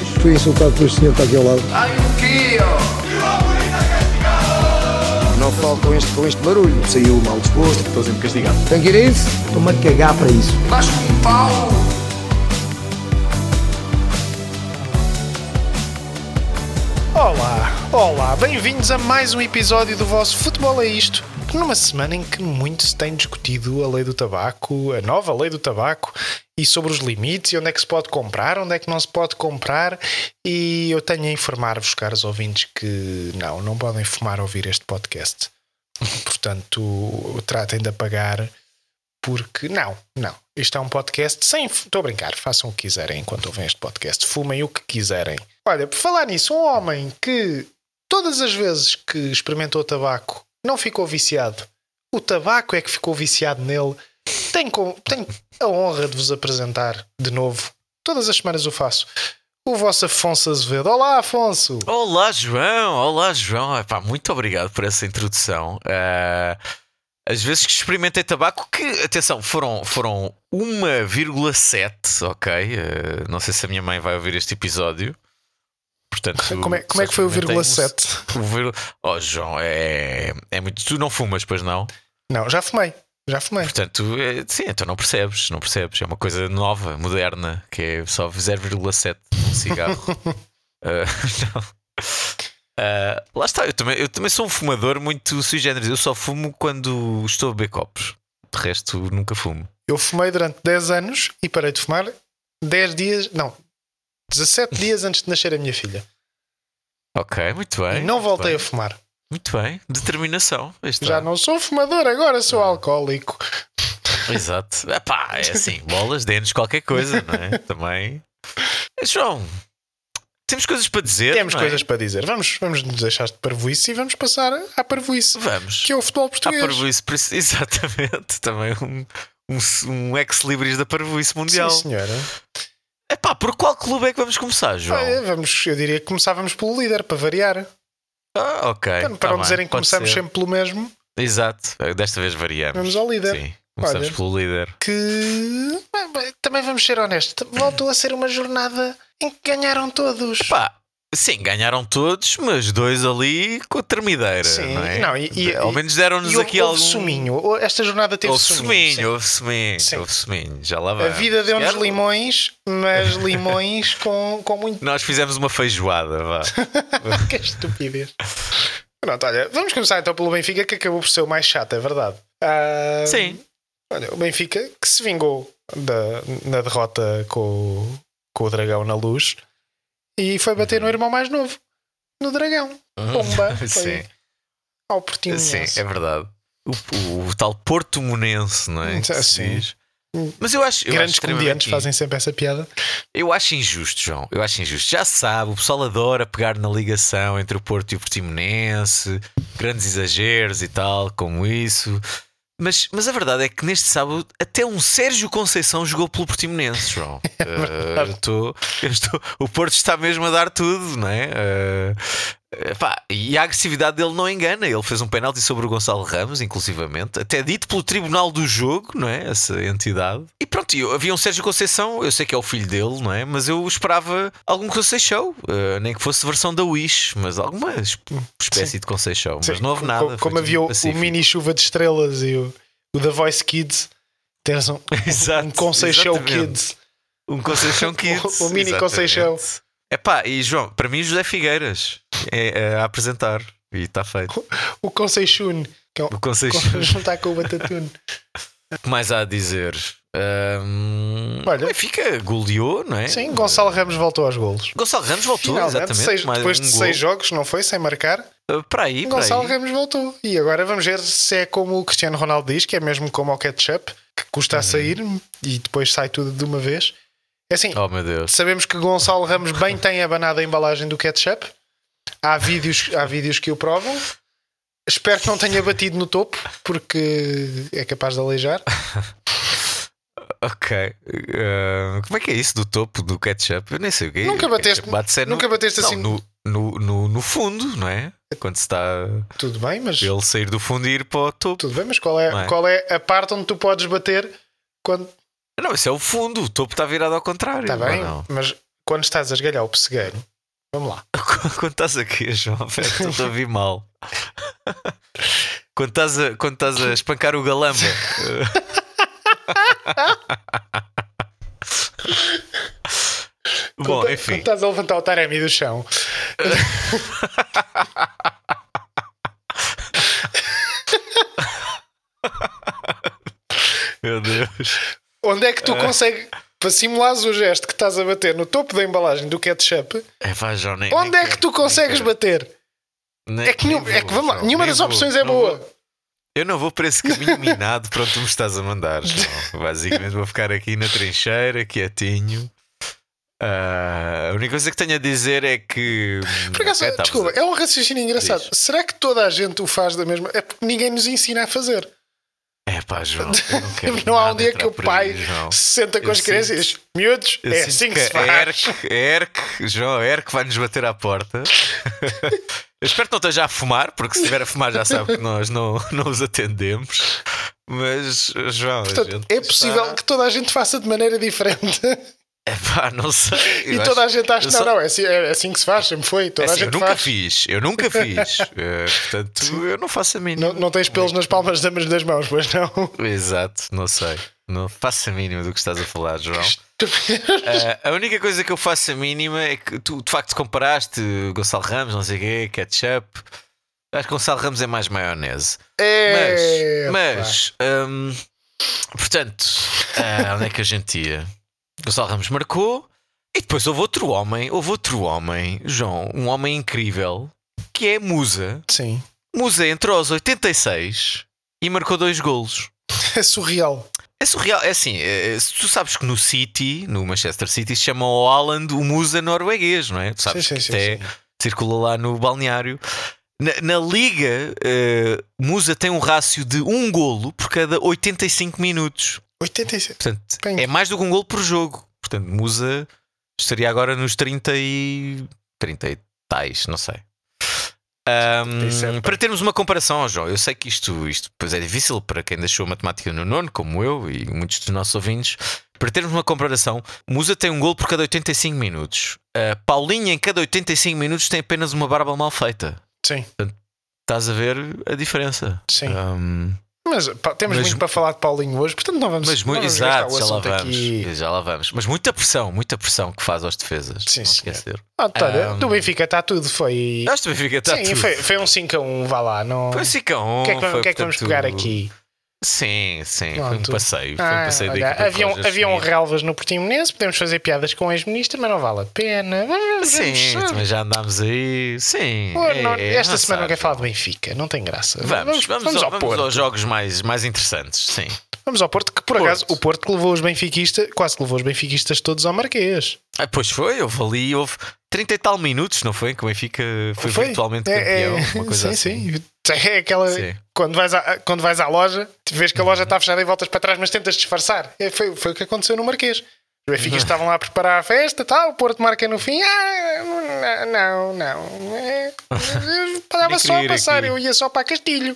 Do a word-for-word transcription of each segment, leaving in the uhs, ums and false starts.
Fui insultado por este senhor que está aqui ao lado. Ai, o quê, ó? Não falo com este, com este barulho. Saiu mal disposto. Estou sempre castigado. Tem que ir a isso? Estou-me a cagar para isso. Mas com pau! Olá, olá, bem-vindos a mais um episódio do vosso Futebol é Isto, numa semana em que muito se tem discutido a lei do tabaco, a nova lei do tabaco, e sobre os limites, e onde é que se pode comprar, onde é que não se pode comprar, e eu tenho a informar-vos, caros ouvintes, que não, não podem fumar ao ouvir este podcast. Portanto, tratem de apagar, porque não, não. Isto é um podcast sem... Estou a brincar, façam o que quiserem enquanto ouvem este podcast, fumem o que quiserem. Olha, por falar nisso, um homem que todas as vezes que experimentou tabaco não ficou viciado, o tabaco é que ficou viciado nele, tenho, tenho a honra de vos apresentar de novo, todas as semanas o faço, o vosso Afonso Azevedo. Olá, Afonso! Olá, João! Olá, João! Epá, muito obrigado por essa introdução. Uh, as vezes que experimentei tabaco, que, atenção, foram, foram uma vírgula sete, ok? Uh, não sei se a minha mãe vai ouvir este episódio. Portanto, como é, como é que foi o vírgula sete? Oh, João, é, é muito. Tu não fumas, pois não? Não, já fumei. Já fumei. Portanto, é, sim, então não percebes, não percebes. É uma coisa nova, moderna, que é só zero vírgula sete um cigarro. uh, não. Uh, lá está, eu também, eu também sou um fumador muito sui generis. Eu só fumo quando estou a beber copos. De resto, nunca fumo. Eu fumei durante dez anos e parei de fumar dez dias. Não. dezassete dias antes de nascer a minha filha. Ok, muito bem. E não voltei bem. a fumar. Muito bem, determinação. Já não sou fumador, agora sou alcoólico. Exato. Epá, é assim, bolas, dê-nos qualquer coisa, não é? Também. João, temos coisas para dizer. Temos não coisas é? para dizer. Vamos, vamos nos deixar de parvoíce e vamos passar à parvoíce. Vamos. Que é o futebol português. À parvoíce, exatamente. Também um, um, um ex-libris da parvoíce mundial. Sim, senhora. Epá, por qual clube é que vamos começar, João? Ah, vamos, eu diria que começávamos pelo líder, para variar. Ah, ok. Para tá não bem, dizerem que começamos ser. sempre pelo mesmo. Exato, desta vez variamos. Vamos ao líder. Sim, começamos Olha, pelo líder. Que também vamos ser honestos, voltou a ser uma jornada em que ganharam todos. Epá, sim, ganharam todos, mas dois ali com a termideira. Sim, não é? não, e, e, Ao menos deram-nos e aqui houve algum suminho. Esta jornada teve houve suminho. suminho, houve suminho, Sim. houve suminho. Já lá A vamos. vida deu-nos Quero... limões, mas limões com, com muito. Nós fizemos uma feijoada, vá. Que estupidez. Pronto, olha, vamos começar então pelo Benfica, que acabou por ser o mais chato, é verdade. Ah, Sim. Olha, o Benfica que se vingou da, na derrota com, o- com o Dragão na Luz e foi bater no irmão mais novo, no Dragão. Pomba. Foi Sim. ao Portinho. Sim, é verdade. O, o, o tal Portimonense, não é? Que se Sim. diz. Mas eu acho. Eu Grandes acho comediantes extremamente- fazem sempre essa piada. Eu acho injusto, João. Eu acho injusto. Já sabe, o pessoal adora pegar na ligação entre o Porto e o Portimonense, grandes exageros e tal, como isso. Mas, mas a verdade é que neste sábado até um Sérgio Conceição jogou pelo Portimonense, João. Uh, eu estou, eu estou, o Porto está mesmo a dar tudo, não é? Uh, pá, e a agressividade dele não engana. Ele fez um penalti sobre o Gonçalo Ramos, inclusivamente, até dito pelo Tribunal do Jogo, não é? Essa entidade. E pronto, eu, havia um Sérgio Conceição, eu sei que é o filho dele, não é? Mas eu esperava algum Conceição, uh, nem que fosse versão da Wish, mas alguma espécie Sim. de Conceição. Sim, Mas não houve co- nada. co- foi Como tudo havia o, o pacífico. mini Chuva de Estrelas e o, o The Voice Kids, tens um, Exato, um Conceição exatamente. Kids. Um Conceição Kids. O mini Conceição. Epá, e João, para mim José Figueiras é, é a apresentar. E está feito. O Conceição, que é O Conceição. o juntar com o Batatune. O que mais há a dizer? Um... Olha. O Benfica goleou, não é? Sim, Gonçalo Ramos voltou aos golos. Gonçalo Ramos voltou, Finalmente, exatamente. seis- mais depois um de gol. seis jogos, não foi? Sem marcar. Uh, Para aí, para Gonçalo aí. Ramos voltou. E agora vamos ver se é como o Cristiano Ronaldo diz, que é mesmo como o ketchup, que custa Uhum. a sair e depois sai tudo de uma vez. É assim, Oh meu Deus. sabemos que Gonçalo Ramos bem tem abanado a embalagem do ketchup. Há vídeos, há vídeos que o provam. Espero que não tenha batido no topo, porque é capaz de aleijar. Ok. Uh, como é que é isso do topo do ketchup? Eu nem sei o que é. Nunca bateste- Ketchup bate-se é no- nunca bateste Não, assim- No, no, no, no fundo, não é? Quando se está Tudo bem, mas ele sair do fundo e ir para o topo. tudo bem, mas qual é, Não é? qual é a parte onde tu podes bater quando Não, isso é o fundo. O topo está virado ao contrário. está bem, ou não? mas quando estás a esgalhar o pessegueiro, vamos lá. Quando estás aqui, João, pera, estou a ouvir mal. Quando estás a, quando estás a espancar o galamba. Bom, quando, enfim. Quando estás a levantar o Taremi do chão. Meu Deus. Onde é que tu consegues, para simulares o gesto que estás a bater no topo da embalagem do ketchup, é, pá, João, nem, onde nem é que quero, tu consegues quero. bater? Nem, É que, nenhum, vou, é que vamos lá, João, nenhuma das vou, opções é não boa. Vou. Eu não vou para esse caminho minado para onde tu me estás a mandar, João. Basicamente vou ficar aqui na trincheira, quietinho. Uh, a única coisa que tenho a dizer é que. Por acaso, é, tá, desculpa, mas... é um raciocínio engraçado. Diz. Será que toda a gente o faz da mesma? É porque ninguém nos ensina a fazer. É pá, João, eu não quero. Não há um nada dia entrar que o por pai aí, João. se senta com Eu as crianças e diz: miúdos, Eu é sinto assim que se a faz. ERC, a ERC, João, a ERC vai nos bater à porta. Eu espero que não esteja a fumar, porque se estiver a fumar já sabe que nós não, não os atendemos. Mas, João, Portanto, a gente é possível está... que toda a gente faça de maneira diferente. É pá, não sei. E Eu toda acho- a gente acha eu que não, só- não, é assim, é assim que se faz, sempre foi. Toda É a assim, eu gente nunca faz. fiz, eu nunca fiz. Eh, portanto, eu não faço a mínima. Não, não tens pelos nas palmas das das mãos, pois não? Exato, não sei. Não faço a mínima do que estás a falar, João. Eh, a única coisa que eu faço a mínima é que tu de facto comparaste Gonçalo Ramos, não sei o quê, ketchup. Acho que Gonçalo Ramos é mais maionese. É, Mas, mas hum, portanto, ah, onde é que a gente ia? Gonçalo Ramos marcou e depois houve outro homem, houve outro homem, João, um homem incrível, que é Musa. Sim. Musa entrou aos oitenta e seis e marcou dois golos. É surreal. É surreal, é assim, é, tu sabes que no City, no Manchester City, se chama o Haaland o Musa norueguês, não é? Tu sabes Sim, sim, que sim, até sim. circula lá no balneário. Na, na Liga, eh, Musa tem um rácio de um golo por cada oitenta e cinco minutos. oitenta e seis. Portanto, Bem. é mais do que um golo por jogo. Portanto, Musa estaria agora nos trinta e. trinta e tais, não sei. Ahm, trinta e sete. para termos uma comparação, ó, João, eu sei que isto, isto pois é difícil para quem deixou a matemática no nono, como eu e muitos dos nossos ouvintes. Para termos uma comparação, Musa tem um golo por cada oitenta e cinco minutos. Uh, Paulinho, em cada oitenta e cinco minutos, tem apenas uma barba mal feita. Sim, Estás a ver a diferença? sim. Ahm, Mas pá, temos Mas- muito para falar de Paulinho hoje, portanto não vamos, mas não muito, vamos gastar exato, o já lá assunto vamos. aqui. Já lá vamos. Mas muita pressão, muita pressão que faz aos defesas. Sim, não senhor. esquecer. Ah, olha, Um, do Benfica está tudo, foi. Acho que o Benfica está Sim, tudo. foi, foi um cinco a um, vá lá. Não... Foi cinco a um. O que é que, vamos- foi, o que, é que vamos portanto, pegar aqui? Sim, sim. Foi um Pronto. passeio. Foi um Ah, passeio da olha, equipa de haviam, Roger haviam Schmidt. relvas no Portimonense, podemos fazer piadas com o ex-ministro, mas não vale a pena. Vamos- Sim, vamos- também já andámos aí. Sim. Pô, é- não, é esta semana não avançar, quer falar de João. Benfica, não tem graça. Vamos, vamos, vamos ao, ao vamos Porto. aos jogos mais, mais interessantes. Sim. Vamos ao Porto, que por Porto. acaso o Porto que levou os benfiquistas, quase que levou os benfiquistas todos ao Marquês. Ah, pois foi, houve ali, houve trinta e tal minutos, não foi? Que o Benfica foi, virtualmente É, campeão. é, uma coisa sim, assim. sim. É aquela. Sim. Quando vais, à, quando vais à loja, vês que a loja está fechada e voltas para trás, mas tentas disfarçar. É, foi, foi o que aconteceu no Marquês. Os benfiquistas estavam lá a preparar a festa, tal, o Porto marca no fim. Ah, não, não. É, eu estava Nem só a queria ir passar, aqui. eu ia só para Castilho.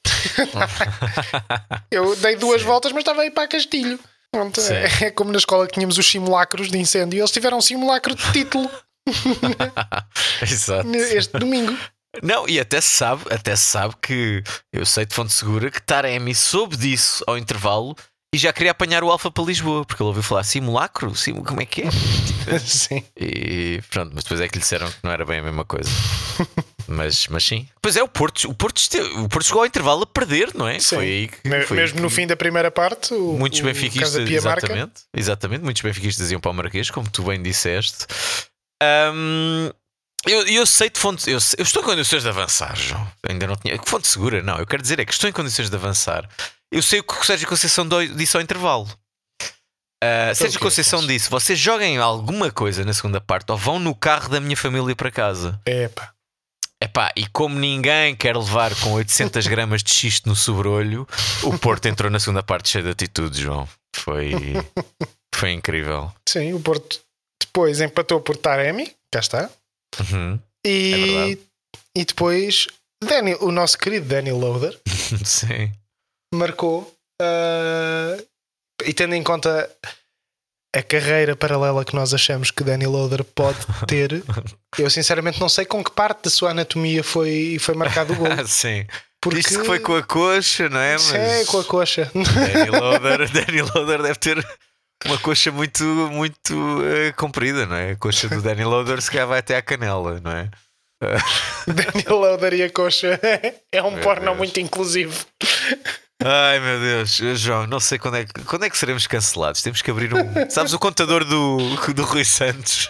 Eu dei duas Sim. voltas, mas estava a ir para Castilho. Pronto, Sim. é, é como na escola que tínhamos os simulacros de incêndio. Eles tiveram um simulacro de título Exato. este domingo. Não, e até se sabe, até se sabe que eu sei de fonte segura que Taremi soube disso ao intervalo e já queria apanhar o Alfa para Lisboa, porque ele ouviu falar simulacro, sim, como é que é? Sim. E pronto, mas depois é que lhe disseram que não era bem a mesma coisa. Mas, mas sim. Pois é, o Porto, o Porto, esteve, o Porto chegou ao intervalo a perder, não é? Sim. Foi aí que, Me- foi aí Mesmo que no fim da primeira parte, o, muitos o benfiquistas, Casa Pia marca. exatamente, exatamente, muitos benfiquistas iam para o Marquês, como tu bem disseste. Ahm, eu, eu sei de fonte, eu, eu estou em condições de avançar, João. Ainda não tinha. Que fonte segura? Não, eu quero dizer é que estou em condições de avançar. Eu sei o que o Sérgio Conceição do- disse ao intervalo. Uh, Sérgio quê, Conceição Afonso? disse: vocês joguem alguma coisa na segunda parte ou vão no carro da minha família para casa. Epá. Epá, e como ninguém quer levar com oitocentas gramas de xisto no sobrolho, o Porto entrou na segunda parte cheio de atitude, João. Foi, foi incrível. Sim, o Porto depois empatou por Taremi, cá está. Uhum. É E, verdade. e depois Daniel, o nosso querido Daniel Loader Sim. marcou. ah, e tendo em conta a carreira paralela que nós achamos que Danny Loader pode ter, eu sinceramente não sei com que parte da sua anatomia foi, foi marcado o gol. Sim. Porque... Diz-se que foi com a coxa, não é? Mas É, com a coxa. Danny Loader, Danny Loader deve ter uma coxa muito, muito uh, comprida, não é? A coxa do Danny Loader se calhar vai até à canela, não é? Danny Loader e a coxa é um Meu porno Deus. muito inclusivo. Ai meu Deus, João, não sei quando é, que, quando é que seremos cancelados. Temos que abrir um. Sabes o contador do, do Rui Santos?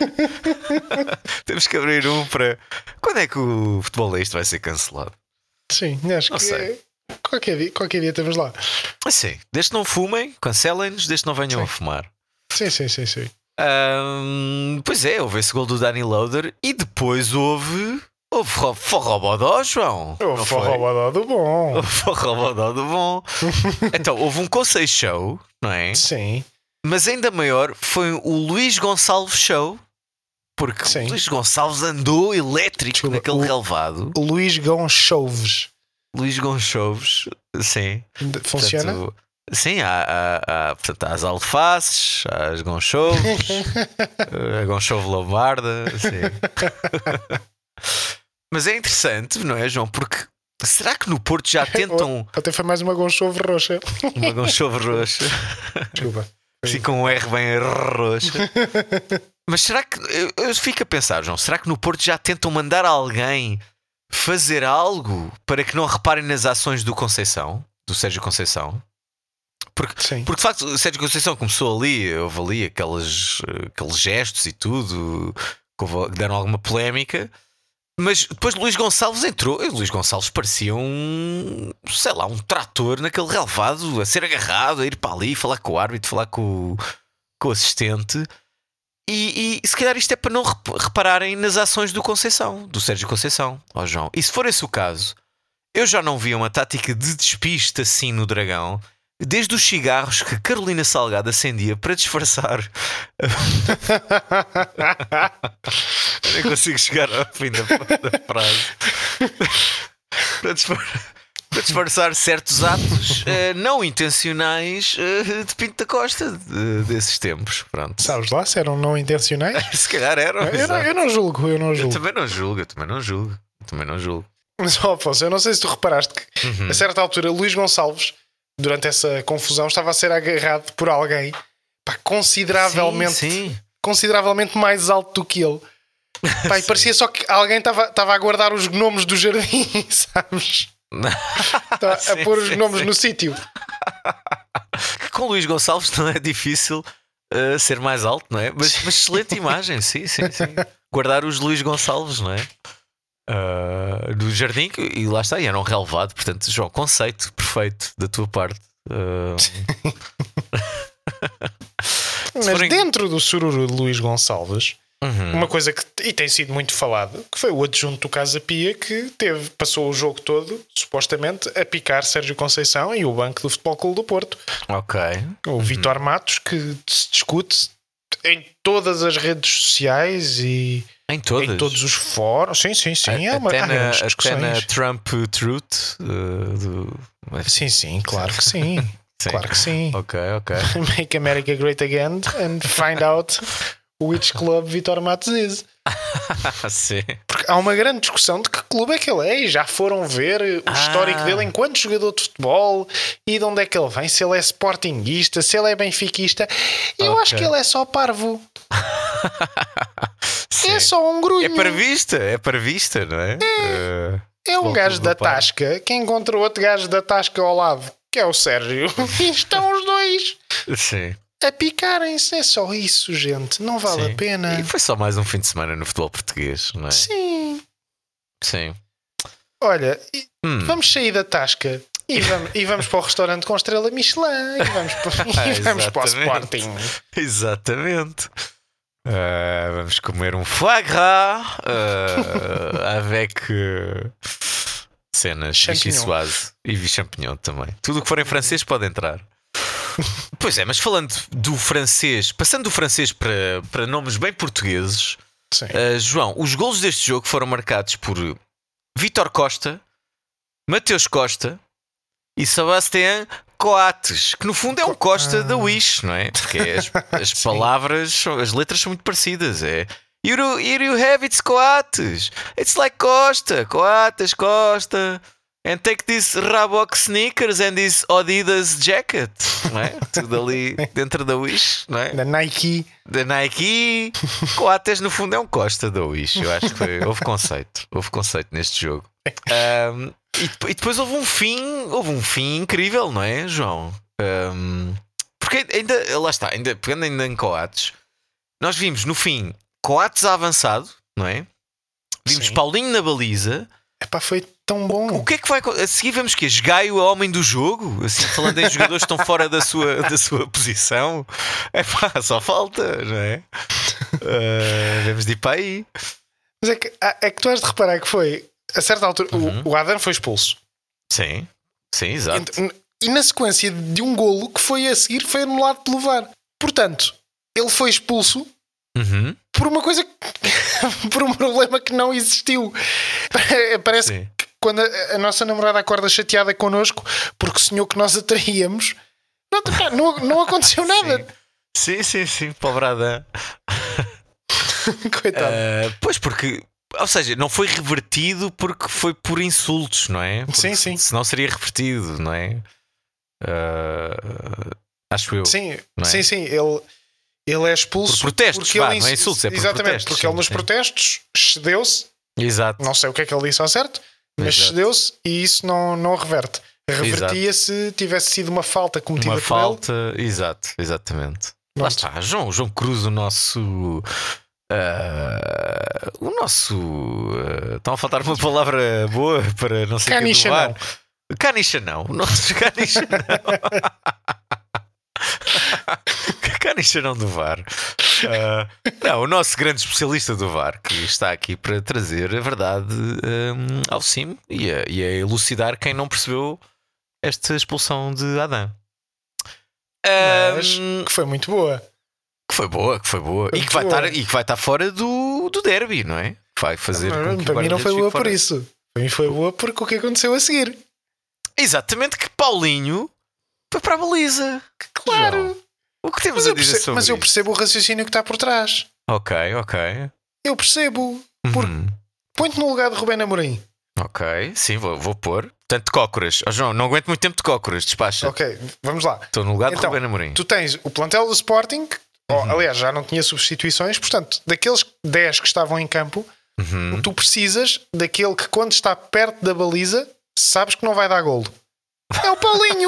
Temos que abrir um para. Quando é que o futebolista vai ser cancelado? Sim, acho Não que sei. é- qualquer, dia, qualquer dia estamos lá. Assim, desde que não fumem, cancelem-nos, desde que não venham Sim. a fumar. Sim, sim, sim, sim. Ahm, pois é, houve esse gol do Danny Loader e depois houve. Houve ro- forrobodó, João. O Não foi? forrobodó do bom. Houve forrobodó do bom. Então, houve um Conceição, não é? Sim, Mas ainda maior foi o Luís Gonçalves Show. Porque Sim. o Luís Gonçalves andou elétrico Desculpa, naquele o- relevado. Luís Gonçalves. Luís Gonçalves, sim. De- Funciona? Portanto, sim, há, há, há, portanto, há as alfaces, há as Gonçalves, a Gonçalves Lombarda, sim. Mas é interessante, não é, João? Porque será que no Porto já tentam Até foi mais uma Gonçalves roxa. uma Gonçalves roxa? Desculpa. Assim com um R bem roxo. Mas será que. Eu, eu fico a pensar, João, será que no Porto já tentam mandar alguém fazer algo para que não reparem nas ações do Conceição, do Sérgio Conceição? Porque, Sim. porque de facto o Sérgio Conceição começou ali, houve ali aqueles, aqueles gestos e tudo que houve- que deram alguma polémica. Mas depois Luís Gonçalves entrou e Luís Gonçalves parecia um, sei lá, um trator naquele relevado, a ser agarrado, a ir para ali, falar com o árbitro, falar com o, com o assistente. E, e se calhar isto é para não rep- repararem nas ações do Conceição, do Sérgio Conceição, ó João. E se for esse o caso, eu já não via uma tática de despiste assim no Dragão, desde os cigarros que Carolina Salgado acendia para disfarçar. Eu nem consigo chegar ao fim da, da frase. Para disfar- para disfarçar certos atos eh, não intencionais eh, de Pinto da Costa de- desses tempos. Pronto. Sabes lá se eram não intencionais? Se calhar eram. Eu não, exato. eu não julgo, eu não Eu julgo. também não julgo, eu também não julgo. Eu também não julgo. Mas, ó, Afonso, eu não sei se tu reparaste que Uhum. a certa altura Luís Gonçalves, durante essa confusão, estava a ser agarrado por alguém pá, consideravelmente, Sim, sim. consideravelmente mais alto do que ele. Pá, e parecia só que alguém estava estava a guardar os gnomos do jardim, sabes? Estava a Sim, pôr os sim, gnomos sim. no sítio. Que com Luís Gonçalves não é difícil uh, ser mais alto, não é? Mas, mas excelente imagem, sim, sim, sim. Guardar os Luís Gonçalves, não é? Uh, do jardim, e lá está, e era um relevado. Portanto, João, conceito perfeito da tua parte. Uh, Mas forem- dentro do sururu de Luís Gonçalves, uhum. uma coisa que e tem sido muito falado, que foi o adjunto do Casa Pia, que teve, passou o jogo todo, supostamente, a picar Sérgio Conceição e o banco do Futebol Clube do Porto. Ok. O Vítor Matos, que se discute em todas as redes sociais e Em todas. em todos os fóruns. Sim, sim, sim. A- É uma, até, há na, grandes até discussões. na Trump Truth. uh, do... Sim, sim, claro que sim. Sim. Claro que sim. Ok, ok. Make America Great Again and find out which club Vítor Matos is. Sim. Porque há uma grande discussão de que clube é que ele é e já foram ver o Ah. histórico dele enquanto jogador de futebol e de onde é que ele vem, se ele é sportinguista, se ele é benfiquista. Eu Ok. acho que ele é só parvo. Sim. É só um grunho. É para vista, é para vista, não é? Uh, É um Futebol gajo Clube da do Parque. Tasca que encontrou outro gajo da Tasca ao lado, que é o Sérgio. E estão os dois sim. a picarem-se. É só isso, gente. Não vale Sim. a pena. E foi só mais um fim de semana no futebol português, não é? Sim. Sim. Olha, e- Hum. vamos sair da Tasca e vamos, e vamos para o restaurante com estrela Michelin e vamos para, e vamos para o Exatamente. Sporting. Exatamente. Uh, vamos comer um foie gras uh, avec uh, cenas Champignon. vichyssoise e champignon também. Tudo o que for em francês pode entrar. Pois é, mas falando do francês, passando do francês para, para nomes bem portugueses, Sim. uh, João, os golos deste jogo foram marcados por Vítor Costa, Mateus Costa e Sebastián Coates, que no fundo é um Costa da Wish, não é? Porque as, as palavras, as letras são muito parecidas. É You do, you do have it's Coates. It's like Costa, Coates, Costa. And take this Reebok sneakers and this Adidas jacket, não é? Tudo ali dentro da Wish, não é? Da Nike. Da Nike. Coates no fundo é um Costa da Wish. Eu acho que foi, houve conceito. Houve conceito neste jogo. Um, e, e depois houve um fim, houve um fim incrível, não é, João? Um, porque ainda, lá está, ainda, pegando ainda em Coates, nós vimos no fim Coates avançado, não é? Vimos Sim. Paulinho na baliza. Epá, foi tão bom. O que é que vai a seguir? Vemos que Gaio é o homem do jogo, assim, falando em jogadores que estão fora da sua, da sua posição. Epá, só falta, não é? Uh, vemos de ir para aí. Mas é que, é que tu has de reparar que foi a certa altura uhum. o, o Adam foi expulso. Sim, sim, exato. E, e na sequência de um golo que foi a seguir foi anulado pelo V A R. Portanto, ele foi expulso uhum. por uma coisa por um problema que não existiu. Parece Sim. que quando a, a nossa namorada acorda chateada connosco porque sonhou que nós a traíamos, não, não, não aconteceu nada. Sim, sim, sim, sim. Pobre Adam. Coitado. Uh, pois porque, ou seja, não foi revertido porque foi por insultos, não é? Porque sim, sim. Senão seria revertido, não é? Uh, acho eu. Sim, é? sim, sim. Ele, ele é expulso por protestos, porque vá, ele não é insultos, é por exatamente, protestos. porque ele nos sim. protestos cedeu-se. Exato. Não sei o que é que ele disse ao certo, mas Exato. cedeu-se e isso não, não reverte. Revertia Exato. se tivesse sido uma falta cometida uma por falta, ele. Exato, exatamente. Pronto. Lá está, João, João Cruz, o nosso. Uh, o nosso. Uh, estão a faltar uma palavra boa para não sei o que do V A R. Canicha não. O nosso canicha não. Canicha não do V A R. Uh, não, o nosso grande especialista do V A R que está aqui para trazer a verdade um, ao cimo e a, e a elucidar quem não percebeu esta expulsão de Adam. Mas Um, que foi muito boa. Que foi boa, que foi boa. Foi E que, vai boa. estar, e que vai estar fora do, do derby, não é? Vai fazer. Não, com que para mim não foi boa fora. por isso. Para mim foi boa porque o que aconteceu a seguir. Exatamente, que Paulinho foi para a baliza. Claro. João, o que temos Mas, a eu dizer percebo, sobre mas eu isto? percebo o raciocínio que está por trás. Ok, ok. Eu percebo. Por... Uhum. Põe-te no lugar de Rubén Amorim. Ok, sim, vou, vou pôr. Portanto, de cócoras. Oh, João, não aguento muito tempo de cócoras, despacha. Ok, vamos lá. Estou no lugar de Então, Rubén Amorim. Tu tens o plantel do Sporting, oh, aliás, já não tinha substituições, portanto, daqueles dez que estavam em campo, Uhum. tu precisas daquele que, quando está perto da baliza, sabes que não vai dar golo. É o Paulinho!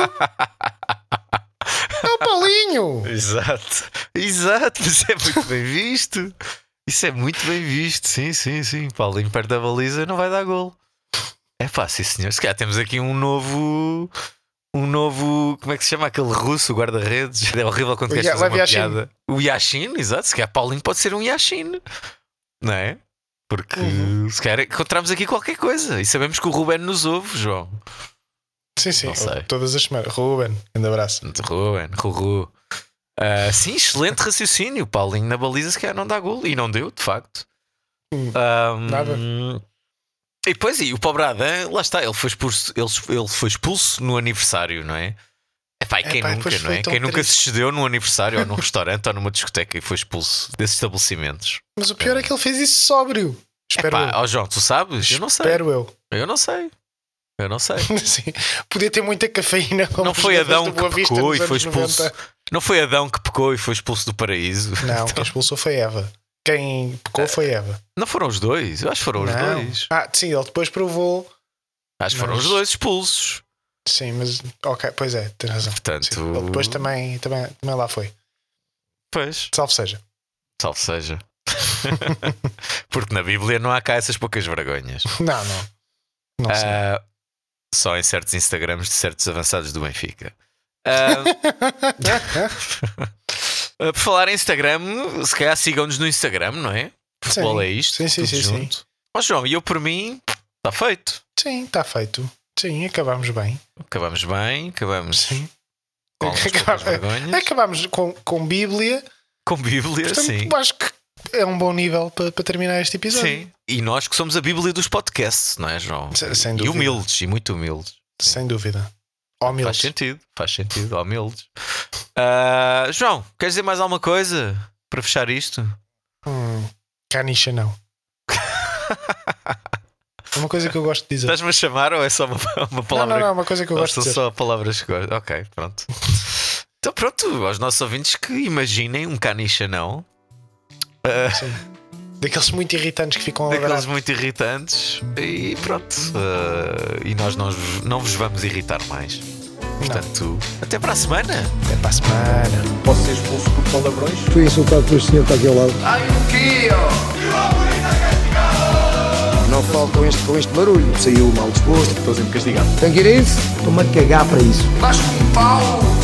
É o Paulinho! Exato, exato, isso é muito bem visto. Isso é muito bem visto, sim, sim, sim. Paulinho perto da baliza não vai dar golo. É pá, sim senhor. Se calhar temos aqui um novo. Um novo. Como é que se chama aquele russo, o guarda-redes? É horrível quando O queres Ya- fazer Lev uma Yashin. piada. O Yashin, exato. Se calhar Paulinho pode ser um Yashin, não é? Porque Uhum. se calhar encontramos aqui qualquer coisa. E sabemos que o Ruben nos ouve, João. Sim, sim, Não sei. todas as semanas. Ruben, grande abraço. Ruben, Ruru. Uh, sim, excelente raciocínio. O Paulinho na baliza se calhar não dá golo. E não deu, de facto. Hum, Um, nada. E depois, e o pobre Adam, lá está, ele foi expulso, ele, ele foi expulso no aniversário, não é? Epá, e quem Epá, nunca, pois não foi é? tão Quem nunca se triste. excedeu num aniversário ou num restaurante ou numa discoteca e foi expulso desses estabelecimentos? Mas o pior é que ele fez isso sóbrio. Espero Epá, eu. ó João, tu sabes? Eu não sei. Espero eu. Eu não sei. Eu não sei. Sim. Podia ter muita cafeína. como Não os foi jogadores Adão do Boa que Vista pecou nos e foi anos expulso. noventa. Não foi Adão que pecou e foi expulso do paraíso. Não, quem expulsou foi Eva. Quem pecou foi Eva. Não foram os dois? Eu acho que foram os Não. dois. Ah, sim, ele depois provou. Acho que foram Mas- os dois expulsos. Sim, mas ok, pois é, tens razão. Portanto- Sim, ele depois também, também, também lá foi. Pois, Salve seja. salve seja. Porque na Bíblia não há cá essas poucas vergonhas. Não, não. Não sei. Ah, só em certos Instagrams de certos avançados do Benfica. Ah, ah, por falar em Instagram, se calhar sigam-nos no Instagram, não é? Futebol Sim. é isto. Sim, sim, tudo sim, sim. junto. Ó João, e eu por mim, está feito. Sim, está feito. Sim, acabámos bem. Acabamos bem, acabamos Sim. com algumas poucas Acabámos, vergonhas. acabámos com, com Bíblia. Com Bíblia, Portanto, sim. acho que é um bom nível para, para terminar este episódio. Sim. E nós que somos a Bíblia dos podcasts, não é, João? Se- sem E dúvida. humildes, e muito humildes. Sem dúvida. Ó, Faz Mildes. sentido, faz sentido, ó Mildes. Ah, João, queres dizer mais alguma coisa para fechar isto? Hum, canicha não. É uma coisa que eu gosto de dizer. Estás-me a chamar ou é só uma, uma Não, palavra? não, não, é uma coisa que eu Ou gosto de são dizer. só palavras que gosto. Ok, pronto. Então pronto, aos nossos ouvintes que imaginem um canicha não. Sim. Daqueles muito irritantes que ficam a Daqueles ladrar. muito irritantes. E pronto. ah, e nós não, vos- não vos vamos irritar mais. Portanto, até para a semana. Até para a semana. Posso ser expulso por palavrões? Fui insultado por este senhor que está aqui ao lado. Ai, o quê, ó? Não falo com este, com este barulho. Saiu mal disposto. Estou sempre castigado. Tem que ir a isso? Estou-me a cagar para isso. Vais com um pau.